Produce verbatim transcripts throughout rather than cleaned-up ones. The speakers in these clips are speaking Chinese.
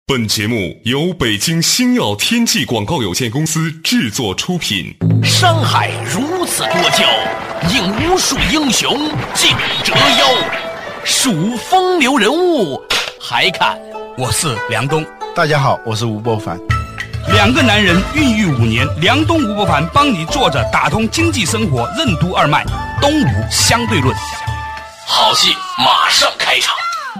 本节目由北京星耀天际广告有限公司制作出品。 山海如此多娇，引无数英雄竞折腰。数风流人物，还看我是梁东。 大家好，我是吴伯凡。 两个男人孕育五年，梁东、吴伯凡帮你坐着打通经济生活任督二脉，东吴相对论。 好戏马上开场。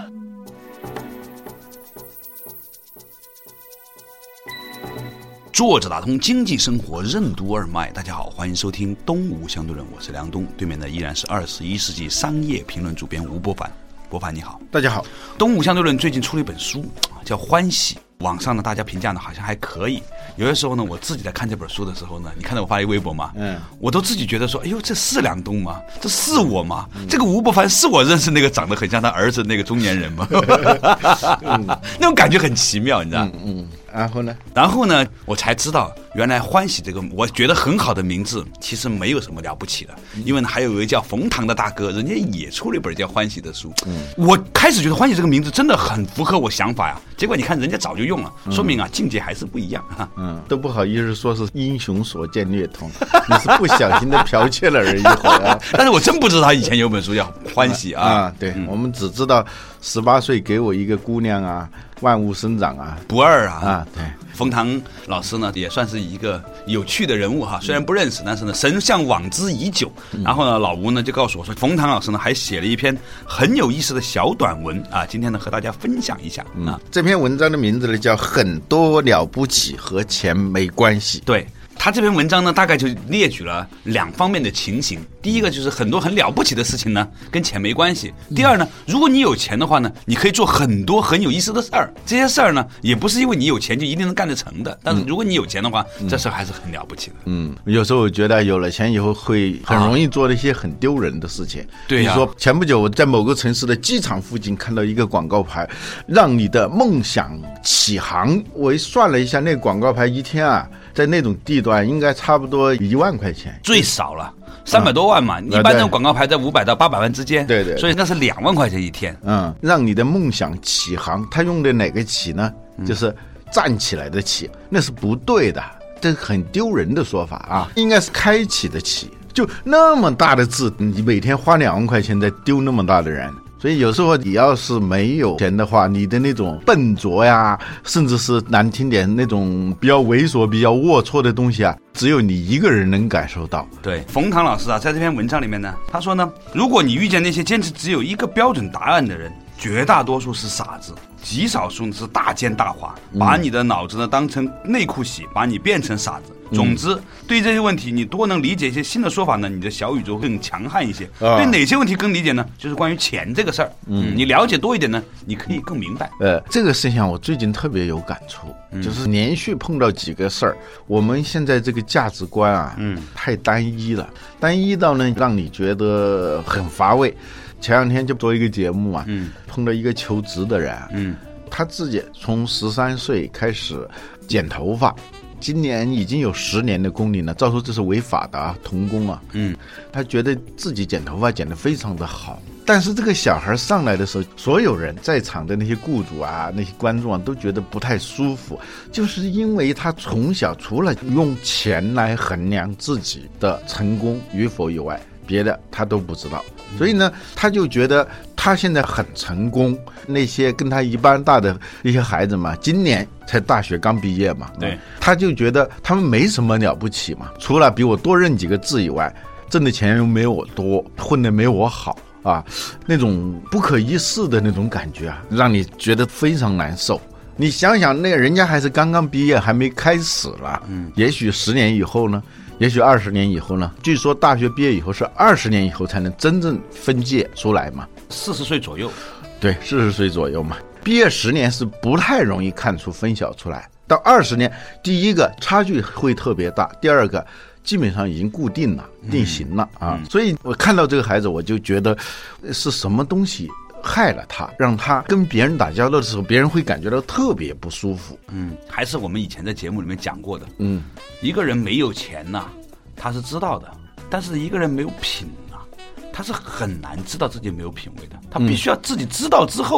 坐着打通经济生活任督二脉，大家好，欢迎收听东吴相对论，我是梁东，对面的依然是二十一世纪商业评论主编吴伯凡。伯凡你好。 大家好。 东吴相对论最近出了一本书叫《欢喜》，网上呢大家评价呢好像还可以。有的时候呢我自己在看这本书的时候呢，你看到我发一微博吗？嗯，我都自己觉得说，哎呦，这是梁东吗？这是我吗？嗯、这个吴伯凡是我认识那个长得很像他儿子那个中年人吗？嗯、那种感觉很奇妙，你知道？ 嗯嗯。然后呢？ 然后呢？我才知道，原来欢喜这个我觉得很好的名字，其实没有什么了不起的。因为呢，还有一位叫冯唐的大哥，人家也出了一本叫《欢喜》的书。嗯，我开始觉得欢喜这个名字真的很符合我想法呀。结果你看，人家早就用了，说明啊，境界还是不一样哈。 嗯，都不好意思说是英雄所见略同，你是不小心的剽窃了而已。啊、 但是我真不知道他以前有本书叫《欢喜》啊。 啊，对，嗯、我们只知道十八岁给我一个姑娘啊。万物生长啊， 不二啊啊！对， 冯唐老师呢也算是一个有趣的人物哈，虽然不认识，但是呢神向往之已久。嗯、然后呢，老吴呢就告诉我说，冯唐老师呢还写了一篇很有意思的小短文啊，今天呢和大家分享一下啊、嗯。 这篇文章的名字呢叫《很多了不起和钱没关系》。 对。他这篇文章呢，大概就列举了两方面的情形。第一个就是很多很了不起的事情呢，跟钱没关系。第二呢，如果你有钱的话呢，你可以做很多很有意思的事儿。这些事儿呢，也不是因为你有钱就一定能干得成的。但是如果你有钱的话，嗯、这事儿还是很了不起的。 嗯，有时候我觉得有了钱以后会很容易做一些很丢人的事情。 对呀、啊。 比如说前不久我在某个城市的机场附近看到一个广告牌，让你的梦想起航。我一算了一下，那个广告牌一天啊。在那种地段应该差不多一万块钱， 最少了三百多万嘛。嗯、一般的广告牌在五百到八百万之间， 对对， 所以那是两万块钱一天。 嗯，让你的梦想起航，他用的哪个起呢？嗯、就是站起来的起，那是不对的，这是很丢人的说法啊，应该是开启的启。就那么大的字，你每天花两万块钱在丢那么大的人。所以有时候你要是没有钱的话，你的那种笨拙呀，甚至是难听点那种比较猥琐比较龌龊的东西啊，只有你一个人能感受到。 对，冯唐老师啊，在这篇文章里面呢，他说呢，如果你遇见那些坚持只有一个标准答案的人，绝大多数是傻子，极少数是大奸大猾，把你的脑子呢当成内裤洗，把你变成傻子。总之，对于这些问题，你多能理解一些新的说法呢，你的小宇宙更强悍一些。啊、对哪些问题更理解呢？就是关于钱这个事儿。嗯，你了解多一点呢，你可以更明白。 呃，这个事情我最近特别有感触，嗯、就是连续碰到几个事儿。我们现在这个价值观啊，嗯，太单一了，单一到呢让你觉得很乏味。前两天就做一个节目啊，嗯，碰到一个求职的人，嗯，他自己从十三岁开始剪头发。今年已经有十年的工龄了，照说这是违法的啊，童工啊。嗯，他觉得自己剪头发剪得非常的好，但是这个小孩上来的时候，所有人在场的那些雇主啊、那些观众啊，都觉得不太舒服，就是因为他从小除了用钱来衡量自己的成功与否以外，别的他都不知道。所以呢，他就觉得他现在很成功，那些跟他一般大的一些孩子嘛，今年才大学刚毕业嘛， 对， 他就觉得他们没什么了不起嘛，除了比我多认几个字以外，挣的钱又没我多，混的没我好啊，那种不可一世的那种感觉啊，让你觉得非常难受。你想想，那个人家还是刚刚毕业，还没开始了，嗯，也许十年以后呢？也许二十年以后呢？据说大学毕业以后是二十年以后才能真正分界出来嘛？ 四十岁左右， 对，四十岁左右嘛。毕业十年是不太容易看出分晓出来，到二十年，第一个差距会特别大，第二个基本上已经固定了、定型了啊。嗯、所以我看到这个孩子，我就觉得是什么东西害了他，让他跟别人打交道的时候，别人会感觉到特别不舒服。 嗯，还是我们以前在节目里面讲过的。嗯，一个人没有钱呐、啊，他是知道的，但是一个人没有品啊，他是很难知道自己没有品位的。他必须要自己知道之后，嗯、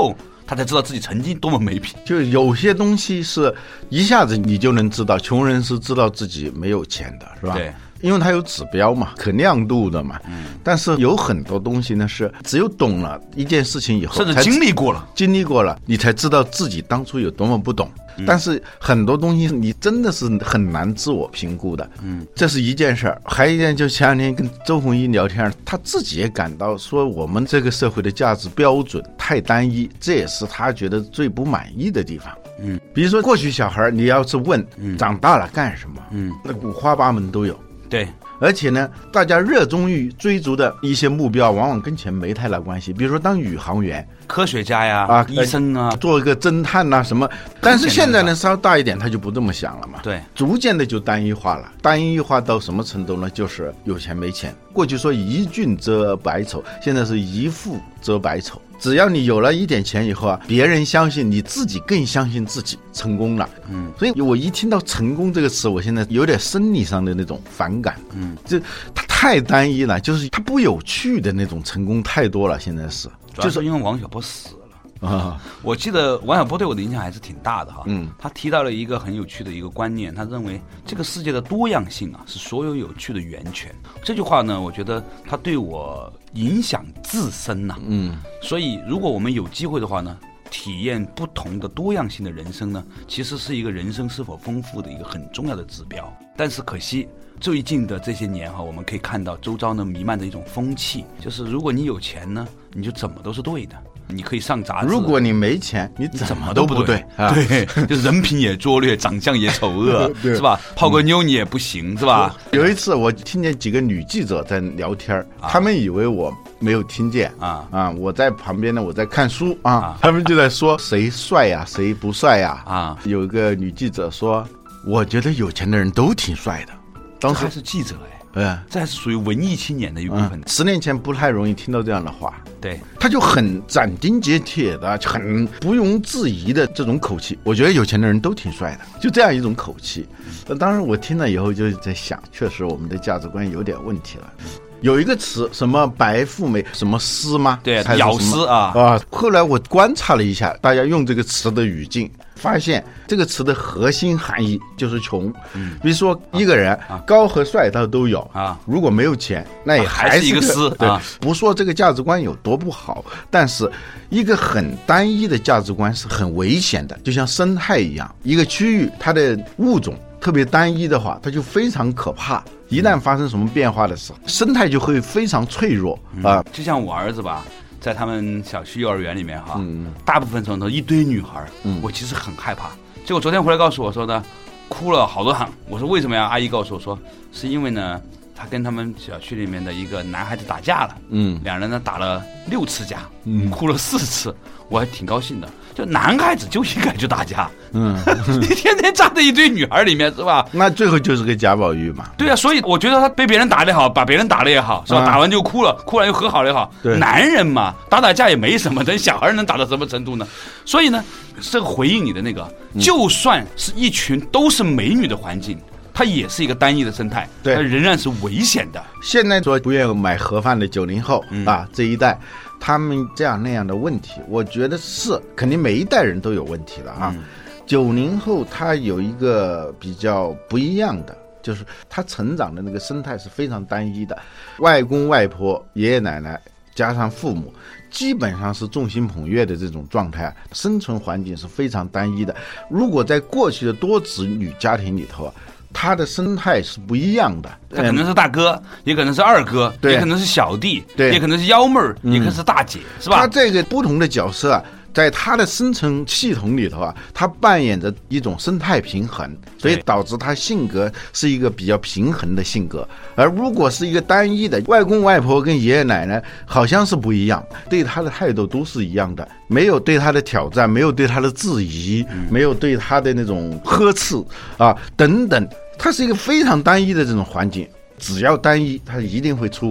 他才知道自己曾经多么没品。 就有些东西是一下子你就能知道，穷人是知道自己没有钱的，是吧？ 对。 因为它有指标嘛，可亮度的嘛。嗯。但是有很多东西呢，是只有懂了一件事情以后， 甚至经历过了， 经历过了，你才知道自己当初有多么不懂。嗯、但是很多东西你真的是很难自我评估的。嗯，这是一件事儿。还有一件，就前两天跟周鸿祎聊天，他自己也感到说，我们这个社会的价值标准太单一，这也是他觉得最不满意的地方。嗯，比如说过去小孩，你要是问、嗯、长大了干什么，嗯，那五花八门都有。 对， 而且呢，大家热衷于追逐的一些目标，往往跟钱没太大关系。比如说当宇航员、 科学家呀、啊、医生啊， 做一个侦探呐、啊、什么。但是现在呢，稍大一点，他就不这么想了嘛。 对， 逐渐的就单一化了。单一化到什么程度呢？就是有钱没钱。过去说一俊遮百丑，现在是一富遮百丑。只要你有了一点钱以后啊，别人相信你，自己更相信自己成功了。嗯，所以我一听到成功这个词，我现在有点生理上的那种反感。嗯，就它太单一了，就是它不有趣的那种成功太多了。现在是， 就是因为王小波死了。啊，我记得王小波对我的影响还是挺大的哈。嗯，他提到了一个很有趣的一个观念，他认为这个世界的多样性啊是所有有趣的源泉。这句话呢，我觉得他对我影响自深呐、啊。嗯，所以如果我们有机会的话呢，体验不同的多样性的人生呢，其实是一个人生是否丰富的一个很重要的指标。但是可惜，最近的这些年哈，我们可以看到周遭呢弥漫着一种风气，就是如果你有钱呢，你就怎么都是对的。你可以上杂志， 如果你没钱，你怎么都不对。 对，啊、对就人品也拙劣，长相也丑恶，是吧？泡个妞你也不行，是吧？ 有一次我听见几个女记者在聊天，啊、他们以为我没有听见啊啊！我在旁边呢，我在看书啊，啊他们就在说谁帅呀、啊，谁不帅呀啊！有一个女记者说，我觉得有钱的人都挺帅的。 当时还是记者哎。 嗯， 这还是属于文艺青年的一部分、嗯。 十年前不太容易听到这样的话， 对， 他就很斩钉截铁的、很不容置疑的这种口气。我觉得有钱的人都挺帅的，就这样一种口气。那当然，我听了以后就在想，确实我们的价值观有点问题了。有一个词，什么白富美，什么丝吗？ 对，咬丝啊啊！后来我观察了一下，大家用这个词的语境，发现这个词的核心含义就是穷。嗯，比如说一个人、啊、高和帅他都有啊，如果没有钱，那也还是、 啊、还是一个丝。 对、 啊， 不说这个价值观有多不好，但是一个很单一的价值观是很危险的，就像生态一样，一个区域它的物种特别单一的话，它就非常可怕。一旦发生什么变化的时候，生态就会非常脆弱啊、嗯。 就像我儿子吧，在他们小区幼儿园里面哈，嗯、大部分时候都一堆女孩，嗯、我其实很害怕。结果昨天回来告诉我说呢，哭了好多场。我说为什么呀？阿姨告诉我说，是因为呢，他跟他们小区里面的一个男孩子打架了，嗯，两人呢打了六次架，嗯，哭了四次，我还挺高兴的。就男孩子就应该去打架，嗯，你天天站在一堆女孩里面是吧？ 那最后就是个贾宝玉嘛。 对啊，所以我觉得他被别人打得好，把别人打了也好，是吧？啊、打完就哭了，哭完又和好了也好。男人嘛，打打架也没什么，等小孩能打到什么程度呢？所以呢，这个回应你的那个，嗯、就算是一群都是美女的环境。它也是一个单一的生态，对，它仍然是危险的。 现在说不愿意买盒饭的九零后、嗯、啊，这一代，他们这样那样的问题，我觉得是肯定每一代人都有问题了啊。九零、嗯、后他有一个比较不一样的，就是他成长的那个生态是非常单一的，外公外婆、爷爷奶奶加上父母。基本上是众星捧月的这种状态，生存环境是非常单一的。如果在过去的多子女家庭里头啊，它的生态是不一样的， 它可能是大哥，也可能是二哥，也可能是小弟，也可能是幺妹儿，也可能是大姐，嗯、是吧？ 他这个不同的角色啊，在他的生存系统里头啊，他扮演着一种生态平衡，所以导致他性格是一个比较平衡的性格。而如果是一个单一的，外公外婆跟爷爷奶奶好像是不一样，对他的态度都是一样的，没有对他的挑战，没有对他的质疑，嗯、没有对他的那种呵斥啊等等，它是一个非常单一的这种环境。只要单一，它一定会出问题。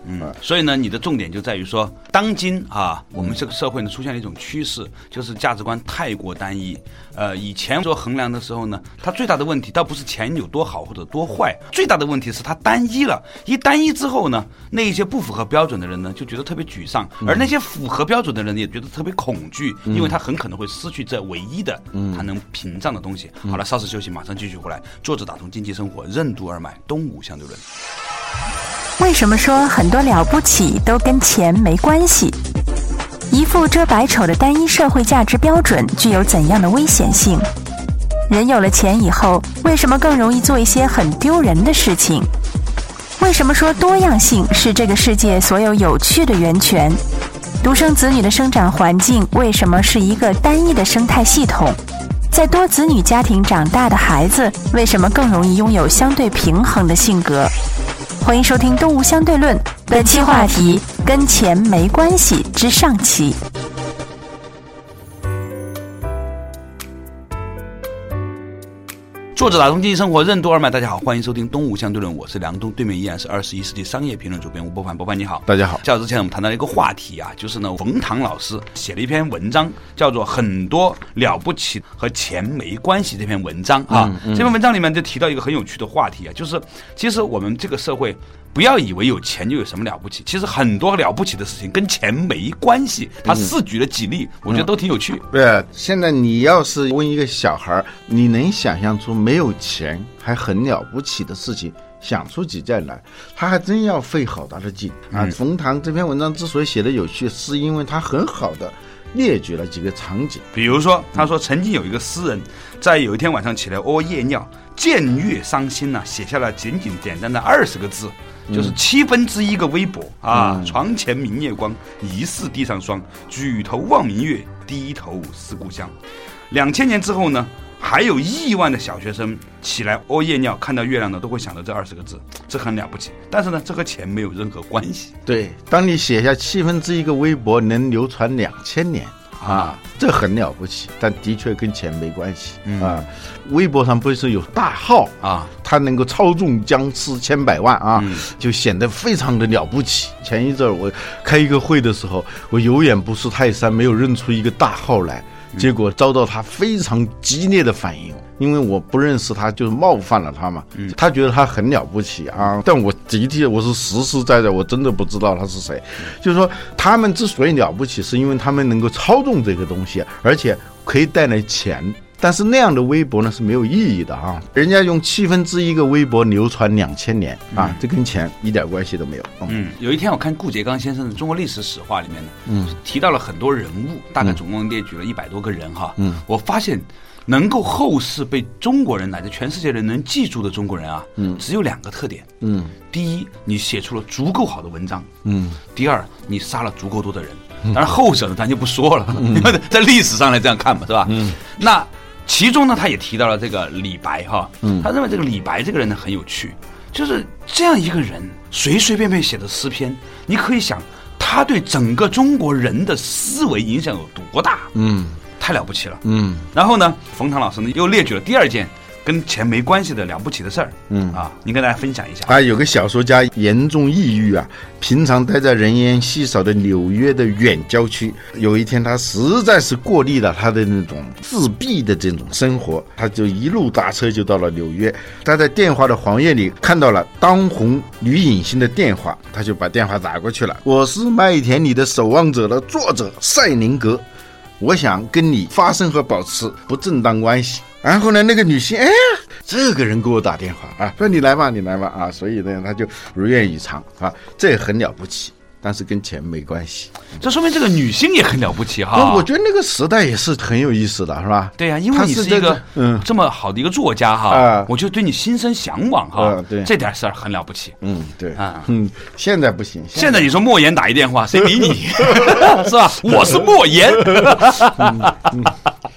嗯，所以呢，你的重点就在于说，当今啊，我们这个社会呢出现了一种趋势，就是价值观太过单一。呃，以前做衡量的时候呢，它最大的问题倒不是钱有多好或者多坏，最大的问题是它单一了。一单一之后呢，那一些不符合标准的人呢，就觉得特别沮丧，而那些符合标准的人也觉得特别恐惧，因为他很可能会失去这唯一的他能屏障的东西。好了，稍事休息，马上继续回来。作者打通经济生活，任督二脉，东吴相对论。 为什么说很多了不起都跟钱没关系？一副遮百丑的单一社会价值标准具有怎样的危险性？人有了钱以后，为什么更容易做一些很丢人的事情？为什么说多样性是这个世界所有有趣的源泉？独生子女的生长环境为什么是一个单一的生态系统？在多子女家庭长大的孩子，为什么更容易拥有相对平衡的性格？欢迎收听《东吴相对论》，本期话题跟钱没关系之上期。 作者打通经济生活，任督二脉，大家好，欢迎收听东吴相对论，我是梁东，对面依然是二十一世纪商业评论主编吴伯凡。伯凡你好。 大家好。较之前我们谈到一个话题啊，就是呢，冯唐老师写了一篇文章，叫做《很多了不起和钱没关系》这篇文章啊、嗯嗯，这篇文章里面就提到一个很有趣的话题啊，就是其实我们这个社会不要以为有钱就有什么了不起，其实很多了不起的事情跟钱没关系。他试举了几例、嗯、我觉得都挺有趣。 对，现在你要是问一个小孩，你能想象出没有钱还很了不起的事情，想出几件来，他还真要费好大的劲啊！冯唐这篇文章之所以写的有趣，是因为他很好的列举了几个场景。 比如说他说曾经有一个诗人在有一天晚上起来屙夜尿，见月伤心啊，写下了简简简单的二十个字，就是七分之一个微博啊、嗯！床前明月光，疑是地上霜。举头望明月，低头思故乡。两千年之后呢，还有亿万的小学生起来屙夜尿，看到月亮呢，都会想到这二十个字，这很了不起。但是呢，这和钱没有任何关系。 对，当你写下七分之一个微博能流传两千年。啊，这很了不起，但的确跟钱没关系、嗯、啊。微博上不是有大号啊，他能够操纵僵尸千百万啊、嗯，就显得非常的了不起。前一阵我开一个会的时候，我有眼不识泰山，没有认出一个大号来，结果遭到他非常激烈的反应。因为我不认识他，就是冒犯了他嘛、嗯、他觉得他很了不起啊，但我的确我是实实在在，我真的不知道他是谁、嗯、就是说他们之所以了不起，是因为他们能够操纵这个东西，而且可以带来钱。但是那样的微博呢是没有意义的啊！人家用七分之一个微博流传两千年啊、嗯，这跟钱一点关系都没有。嗯， 嗯有一天我看顾颉刚先生的《中国历史史话》里面呢，嗯，提到了很多人物，大概总共列举了一百多个人哈。嗯，我发现能够后世被中国人乃至全世界人能记住的中国人啊，嗯，只有两个特点。嗯，第一，你写出了足够好的文章。嗯，第二，你杀了足够多的人。当然后者呢，咱就不说了，嗯、在历史上来这样看嘛，是吧？嗯，那。其中呢，他也提到了这个李白哈，嗯，他认为这个李白这个人呢很有趣，就是这样一个人随随便便写的诗篇，你可以想他对整个中国人的思维影响有多大，嗯，太了不起了，嗯。然后呢，冯唐老师呢又列举了第二件跟钱没关系的了不起的事儿，嗯啊，您跟大家分享一下。 啊，有个小说家严重抑郁啊，平常待在人烟稀少的纽约的远郊区。有一天，他实在是过腻了他的那种自闭的这种生活，他就一路打车就到了纽约。他在电话的黄页里看到了当红女影星的电话，他就把电话打过去了。我是麦田里的守望者的作者塞宁格，我想跟你发生和保持不正当关系。然后呢，那个女性，哎，这个人给我打电话啊，说你来吧，你来吧啊，所以呢，他就如愿以偿啊，这也很了不起，但是跟钱没关系。 这说明这个女性也很了不起哈。 我觉得那个时代也是很有意思的，是吧？ 对呀、啊，因为你是一个嗯这么好的一个作家哈，啊、我就对你心生向往哈。啊、对，这点事儿很了不起。 嗯，对啊，嗯，现在不行。 现在你说莫言打一电话，谁理你？是吧？我是莫言。嗯嗯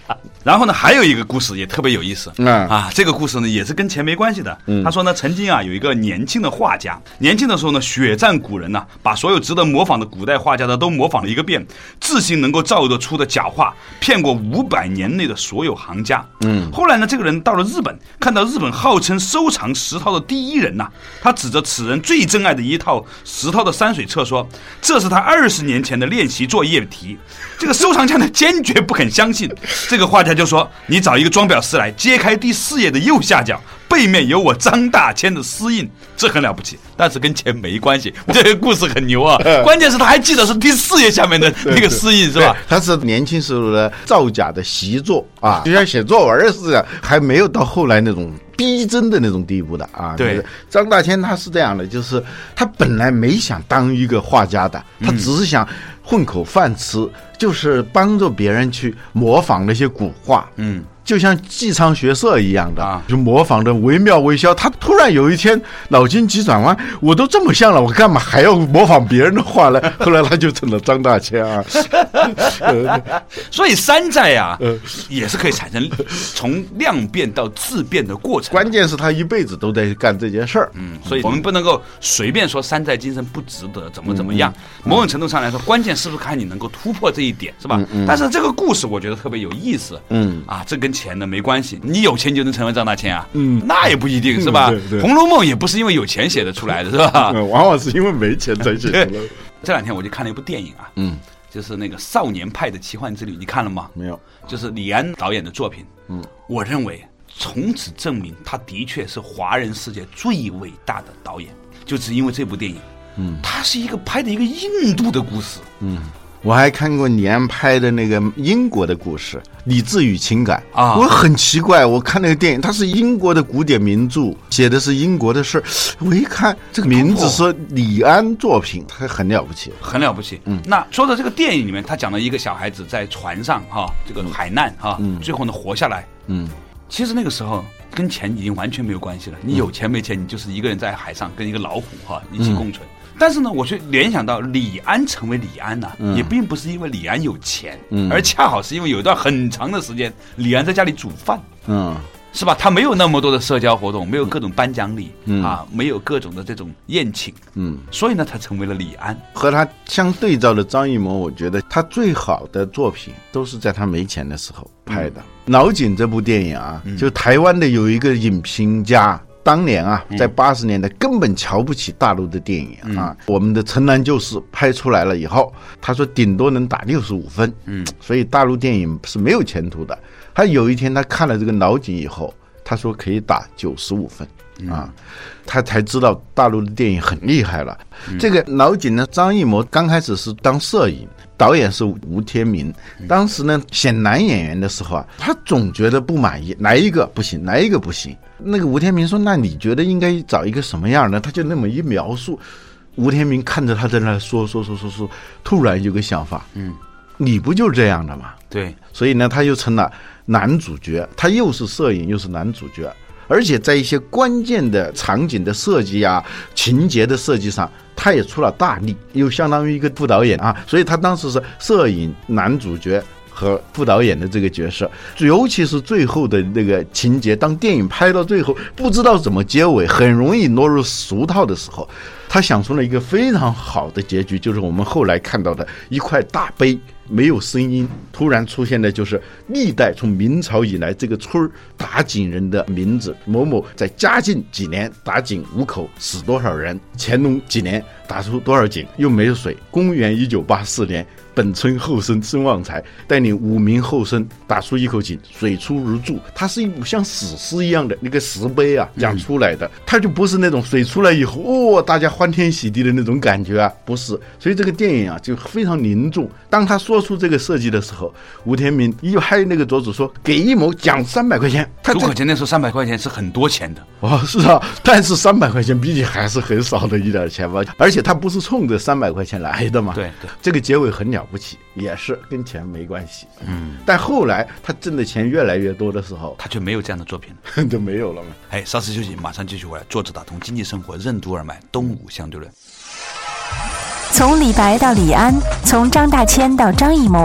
然后呢，还有一个故事也特别有意思， 嗯啊，这个故事呢也是跟钱没关系的。 嗯他说呢，曾经啊有一个年轻的画家，年轻的时候呢血战古人呐、啊，把所有值得模仿的古代画家呢都模仿了一个遍，自信能够造得出的假画，骗过五百年内的所有行家。嗯，后来呢，这个人到了日本，看到日本号称收藏石涛的第一人呐、啊，他指着此人最珍爱的一套石涛的山水册说，这是他二十年前的练习作业题。这个收藏家呢坚决不肯相信，这个画家就说，你找一个装裱师来揭开第四页的右下角，背面有我张大千的私印，这很了不起，但是跟钱没关系。这个故事很牛啊，关键是他还记得是第四页下面的那个私印，是吧？ 他是年轻时候的造假的习作啊，就像写作文似的，还没有到后来那种逼真的那种地步的啊。 对， 张大千他是这样的，就是他本来没想当一个画家的，他只是想混口饭吃，就是帮助别人去模仿那些古画。嗯。就像纪昌学社一样的，啊、就模仿的惟妙惟肖。他突然有一天脑筋急转弯，我都这么像了，我干嘛还要模仿别人的话呢？后来他就成了张大千啊。 所以山寨啊，呃、也是可以产生从量变到质变的过程。 关键是他一辈子都在干这件事儿。 嗯，所以我们不能够随便说山寨精神不值得，怎么怎么样。嗯、某种程度上来说，关键是不是看你能够突破这一点，是吧？嗯嗯、但是这个故事我觉得特别有意思。嗯，啊，这跟钱呢没关系，你有钱就能成为张大千啊？嗯，那也不一定，是吧？嗯、对对，红楼梦也不是因为有钱写的出来的，是吧？ 嗯、往往是因为没钱才写的。 这两天我就看了一部电影啊，嗯，就是那个《少年派的奇幻之旅》，你看了吗？ 没有， 就是李安导演的作品。嗯，我认为从此证明他的确是华人世界最伟大的导演，就是因为这部电影。嗯，他是一个拍的一个印度的故事。嗯。 我还看过李安拍的那个英国的故事《理智与情感》啊，我很奇怪，我看那个电影，它是英国的古典名著，写的是英国的事，我一看这个名字说李安作品，它很了不起， 很了不起。嗯，那说到这个电影里面，他讲了一个小孩子在船上哈，这个海难哈，嗯、最后呢活下来。嗯，其实那个时候跟钱已经完全没有关系了，你有钱没钱，你就是一个人在海上跟一个老虎哈一起共存。嗯，但是呢，我却联想到李安成为李安呢、啊，嗯、也并不是因为李安有钱，嗯、而恰好是因为有一段很长的时间，李安在家里煮饭，嗯，是吧？他没有那么多的社交活动，没有各种颁奖礼、嗯、啊，没有各种的这种宴请，嗯，所以呢，他成为了李安。 和他相对照的张艺谋，我觉得他最好的作品都是在他没钱的时候拍的。嗯、老井这部电影啊，嗯、就台湾的有一个影评家。当年啊，在八十年代根本瞧不起大陆的电影啊。嗯、我们的《城南旧事》拍出来了以后，他说顶多能打六十五分，嗯，所以大陆电影是没有前途的。他有一天他看了这个老井以后，他说可以打九十五分。啊，他才知道大陆的电影很厉害了。嗯、这个老井呢，张艺谋刚开始是当摄影，导演是吴天民。当时呢，选男演员的时候啊，他总觉得不满意，哪一个不行，哪一个不行。那个吴天民说：“那你觉得应该找一个什么样呢？”他就那么一描述。吴天民看着他在那说说说说说，突然有个想法，嗯，你不就这样的吗？ 对， 所以呢，他又成了男主角，他又是摄影，又是男主角。而且在一些关键的场景的设计啊、情节的设计上，他也出了大力，又相当于一个副导演啊，所以他当时是摄影、男主角和副导演的这个角色。尤其是最后的那个情节，当电影拍到最后不知道怎么结尾，很容易落入俗套的时候，他想出了一个非常好的结局，就是我们后来看到的一块大碑，没有声音，突然出现的就是历代从明朝以来这个村打井人的名字，某某在嘉靖几年打井五口死多少人，乾隆几年打出多少井又没有水，公元一九八四年本村后生孙旺财带领五名后生打出一口井，水出如注。它是一部像史诗一样的那个石碑啊讲出来的，它就不是那种水出来以后哦大家欢天喜地的那种感觉啊，不是。所以这个电影啊就非常凝重。当他说出这个设计的时候，吴天民一拍那个桌子说给一谋奖三百块钱。 朱可钱那时候三百块钱是很多钱的哦，是啊，但是三百块钱毕竟还是很少的一点钱吧，而且他不是冲着三百块钱来的嘛。 对对， 这个结尾很了不起，也是跟钱没关系。嗯，但后来他挣的钱越来越多的时候， 他就没有这样的作品了，就没有了嘛。 哎，稍事休息，马上继续回来。作者打通经济生活任督二脉，东吴相对论。 从李白到李安，从张大千到张艺谋，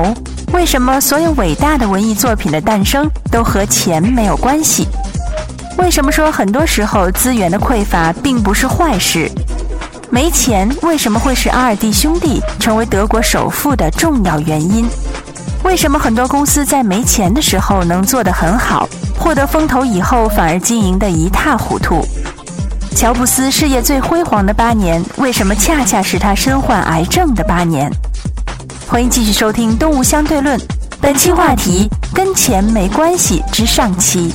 为什么所有伟大的文艺作品的诞生都和钱没有关系？为什么说很多时候资源的匮乏并不是坏事？没钱为什么会使阿尔蒂兄弟成为德国首富的重要原因？为什么很多公司在没钱的时候能做得很好，获得风头以后反而经营得一塌糊涂？乔布斯事业最辉煌的八年，为什么恰恰是他身患癌症的八年？欢迎继续收听《东吴相对论》，本期话题跟钱没关系之上期。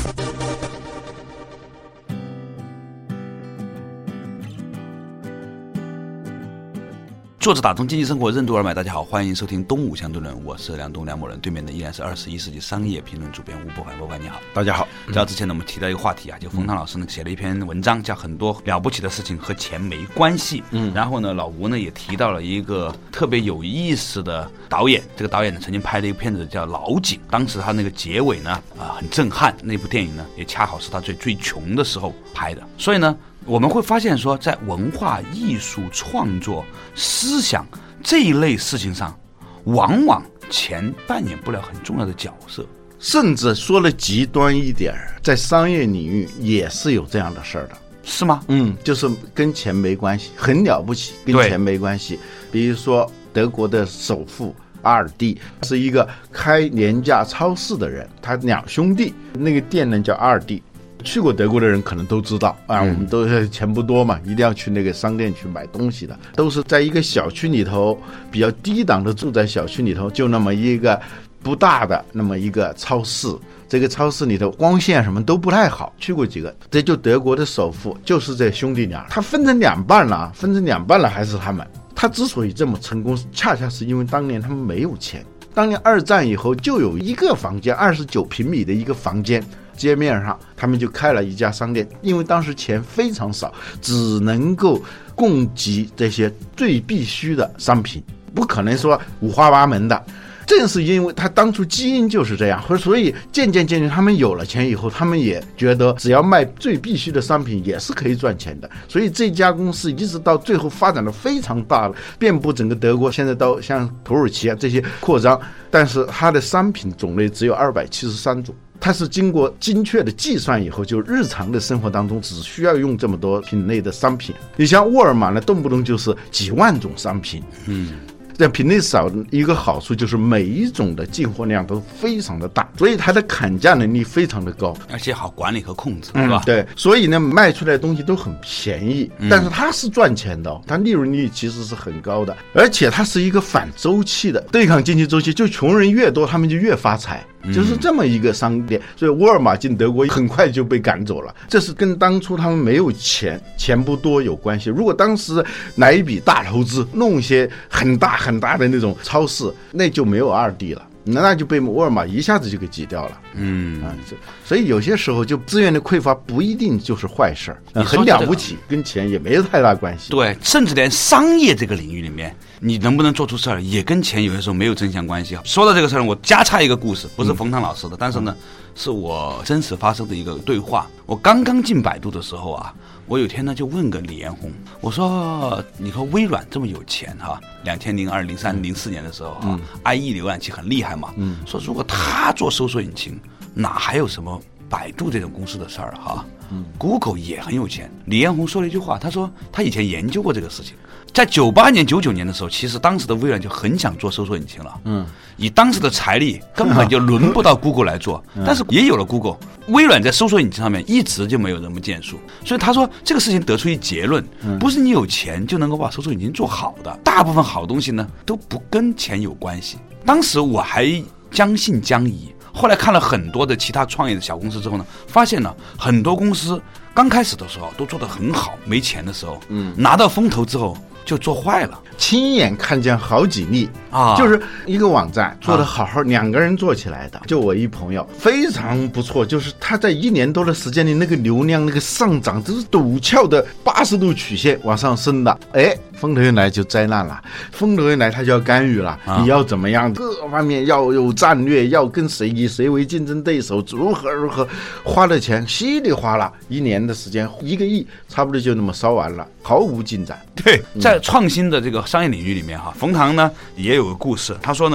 作者打通经济生活任督二脉，大家好，欢迎收听东吴相对论，我是梁东梁某人，对面的依然是二十一世纪商业评论主编吴伯凡。伯凡你好。 大家好。 在之前呢，我们提到一个话题啊，就冯唐老师呢写了一篇文章，叫很多了不起的事情和钱没关系。嗯，然后呢，老吴呢也提到了一个特别有意思的导演，这个导演呢曾经拍了一个片子叫《老井》，当时他那个结尾呢啊很震撼，那部电影呢也恰好是他最最穷的时候拍的，所以呢。我们会发现说，在文化艺术创作、思想这一类事情上，往往钱扮演不了很重要的角色， 甚至说了极端一点，在商业领域也是有这样的事儿的， 是吗？ 嗯，就是跟钱没关系，很了不起，跟钱没关系。比如说德国的首富阿尔蒂是一个开廉价超市的人，他两兄弟，那个店呢叫阿尔蒂。去过德国的人可能都知道啊，我们都是钱不多嘛，一定要去那个商店去买东西的，都是在一个小区里头，比较低档的住在小区里头，就那么一个不大的那么一个超市，这个超市里头光线什么都不太好，去过几个，这就德国的首富就是这兄弟俩，他分成两半了，分成两半了还是他们。他之所以这么成功，恰恰是因为当年他们没有钱，当年二战以后就有一个房间，二十九平米的一个房间。街面上他们就开了一家商店，因为当时钱非常少，只能够供给这些最必须的商品，不可能说五花八门的。正是因为他当初基因就是这样，所以渐渐渐渐他们有了钱以后，他们也觉得只要卖最必须的商品也是可以赚钱的，所以这家公司一直到最后发展的非常大了，遍布整个德国，现在到像土耳其啊这些扩张，但是它的商品种类只有二百七十三种。它是经过精确的计算以后，就日常的生活当中只需要用这么多品类的商品。你像沃尔玛呢，动不动就是几万种商品。嗯。这品类少一个好处就是每一种的进货量都非常的大，所以它的砍价能力非常的高， 而且好管理和控制， 嗯、 是吧？ 对，所以呢，卖出来的东西都很便宜，嗯、但是它是赚钱的，它利润率其实是很高的，而且它是一个反周期的，对抗经济周期，就穷人越多，他们就越发财。就是这么一个商店，所以沃尔玛进德国很快就被赶走了，这是跟当初他们没有钱，钱不多有关系。如果当时来一笔大投资，弄一些很大很大的那种超市，那就没有二 D 了。那就被沃尔玛一下子就给挤掉了。嗯啊，所以有些时候就资源的匮乏不一定就是坏事，很了不起，跟钱也没有太大关系。 对，甚至连商业这个领域里面，你能不能做出事儿，也跟钱有些时候没有正相关系。说到这个事儿，我加插一个故事，不是冯唐老师的，嗯、但是呢，是我真实发生的一个对话。我刚刚进百度的时候啊。我有天呢就问个李彦宏，我说你说微软这么有钱哈，两千零二零三零四年的时候哈、嗯、，I E 浏览器很厉害嘛，嗯，说如果他做搜索引擎，哪还有什么百度这种公司的事儿哈？嗯 ，Google 也很有钱。李彦宏说了一句话，他说他以前研究过这个事情，在九八年、九九年的时候，其实当时的微软就很想做搜索引擎了，嗯，以当时的财力根本就轮不到 Google 来做，嗯、但是也有了 Google， 微软在搜索引擎上面一直就没有什么建树，所以他说这个事情得出一结论，嗯、不是你有钱就能够把搜索引擎做好的，大部分好东西呢都不跟钱有关系。当时我还将信将疑。后来看了很多的其他创业的小公司之后呢，发现呢很多公司刚开始的时候都做得很好，没钱的时候，嗯，拿到风头之后就做坏了。 亲眼看见好几例啊，就是一个网站做得好好，啊、两个人做起来的。就我一朋友非常不错，就是他在一年多的时间里，那个流量那个上涨都是陡峭的八十度曲线往上升的。哎，风头一来就灾难了，风头一来他就要干预了，啊、你要怎么样，各方面要有战略，要跟谁以谁为竞争对手，如何如何，花的钱稀里哗啦，一年的时间一个亿，差不多就那么烧完了，毫无进展。 对，在创新的这个商业领域里面哈，冯唐呢也有个故事，他说呢，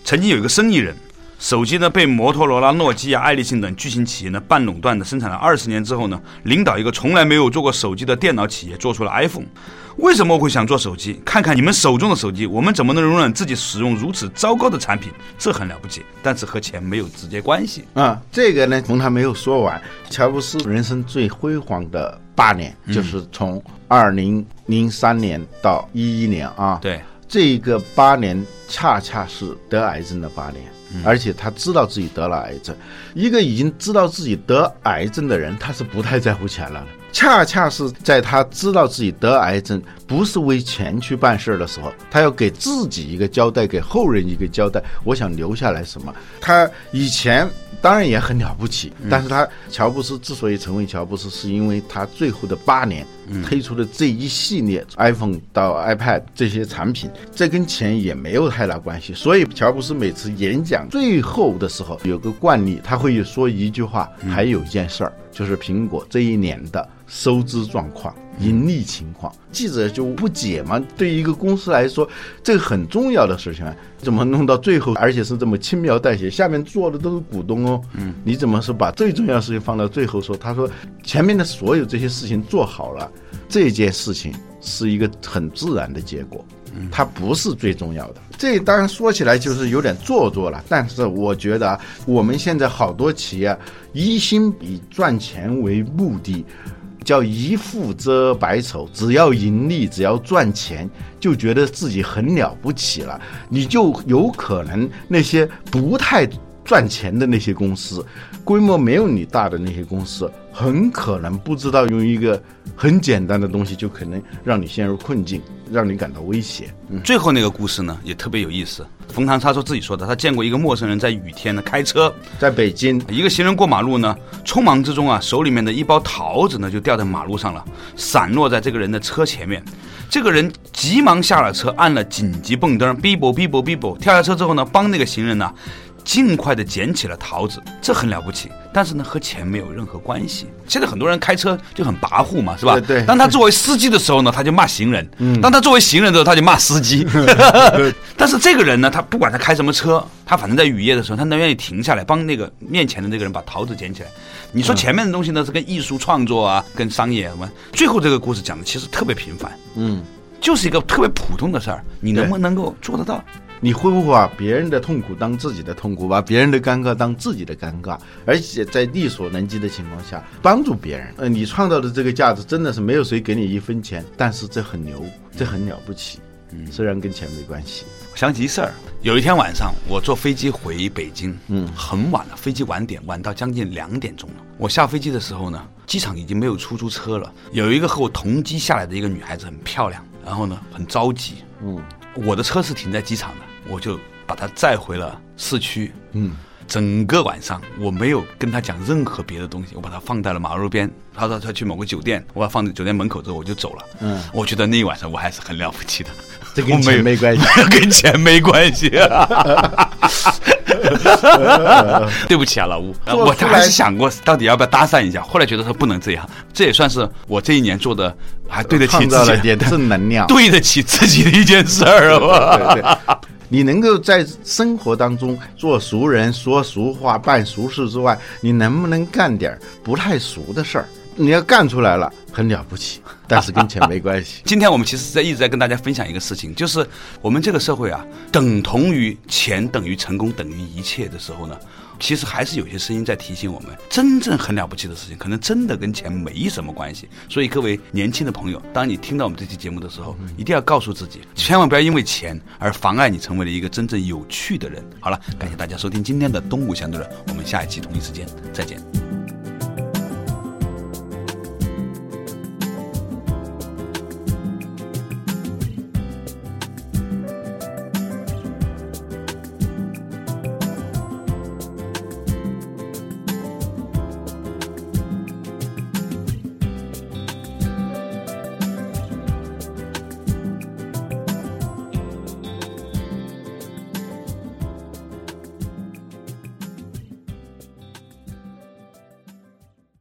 曾经有一个生意人，手机呢被摩托罗拉、诺基亚、爱立信等巨型企业呢半垄断的生产了二十年之后呢，领导一个从来没有做过手机的电脑企业做出了 iPhone。为什么我会想做手机？看看你们手中的手机，我们怎么能容忍自己使用如此糟糕的产品？这很了不起，但是和钱没有直接关系啊。这个呢，冯他没有说完。乔布斯人生最辉煌的八年，嗯、就是从二零零三年到一一年啊。 对， 这个八年恰恰是得癌症的八年。而且他知道自己得了癌症，一个已经知道自己得癌症的人，他是不太在乎钱了。恰恰是在他知道自己得癌症不是为钱去办事的时候，他要给自己一个交代，给后人一个交代，我想留下来什么。他以前当然也很了不起，但是他乔布斯之所以成为乔布斯，是因为他最后的八年推出的这一系列 iPhone 到 iPad 这些产品，这跟钱也没有太大关系。所以乔布斯每次演讲最后的时候有个惯例，他会说一句话，还有一件事儿，就是苹果这一年的收支状况、盈利情况。记者就不解嘛，对于一个公司来说，这个很重要的事情，怎么弄到最后，而且是这么轻描淡写，下面做的都是股东哦，嗯，你怎么是把最重要的事情放到最后说？他说前面的所有这些事情做好了，这件事情是一个很自然的结果，它不是最重要的。这当然说起来就是有点做作了，但是我觉得我们现在好多企业一心以赚钱为目的，叫一富遮百丑，只要盈利，只要赚钱，就觉得自己很了不起了，你就有可能那些不太赚钱的那些公司，规模没有你大的那些公司，很可能不知道用一个很简单的东西就可能让你陷入困境，让你感到威胁。 嗯、最后那个故事呢也特别有意思。冯唐他说自己说的，他见过一个陌生人在雨天呢开车， 在北京， 一个行人过马路呢，匆忙之中啊，手里面的一包桃子呢就掉在马路上了，散落在这个人的车前面。这个人急忙下了车，按了紧急蹦灯，哔啵哔啵哔啵，跳下车之后呢，帮那个行人呢尽快的捡起了桃子，这很了不起，但是呢和钱没有任何关系。现在很多人开车就很跋扈嘛，是吧？ 对对。 当他作为司机的时候呢，他就骂行人；嗯、当他作为行人的时候，他就骂司机。但是这个人呢，他不管他开什么车，他反正在雨夜的时候，他能愿意停下来帮那个面前的那个人把桃子捡起来。你说前面的东西呢是跟艺术创作啊，跟商业什么？最后这个故事讲的其实特别平凡，嗯，就是一个特别普通的事儿，你能不能够做得到？ 你会不会把别人的痛苦当自己的痛苦，把别人的尴尬当自己的尴尬，而且在力所能及的情况下帮助别人？呃，你创造的这个价值真的是没有谁给你一分钱，但是这很牛，这很了不起。嗯，虽然跟钱没关系。 我想起一事儿，有一天晚上我坐飞机回北京，嗯，很晚了，飞机晚点，晚到将近两点钟了。我下飞机的时候呢，机场已经没有出租车了。有一个和我同机下来的一个女孩子很漂亮，然后呢很着急，嗯，我的车是停在机场的。我就把他载回了市区，嗯，整个晚上我没有跟他讲任何别的东西，我把他放在了马路边。他说他去某个酒店，我把他放在酒店门口之后我就走了。嗯，我觉得那一晚上我还是很了不起的， 这跟钱没关系， 跟钱没关系。对不起啊，老吴，我还是想过到底要不要搭讪一下，后来觉得说不能这样，这也算是我这一年做的还对得起自己， 创造了点正能量， 对得起自己的一件事儿。 对对对。你能够在生活当中做熟人、说俗话、办俗事之外，你能不能干点不太俗的事儿？你要干出来了，很了不起，但是跟钱没关系。 今天我们其实在一直在跟大家分享一个事情，就是我们这个社会啊，等同于钱等于成功等于一切的时候呢，其实还是有些声音在提醒我们，真正很了不起的事情，可能真的跟钱没什么关系。所以各位年轻的朋友，当你听到我们这期节目的时候，一定要告诉自己，千万不要因为钱而妨碍你成为了一个真正有趣的人。好了，感谢大家收听今天的东吴相对论，我们下一期同一时间再见。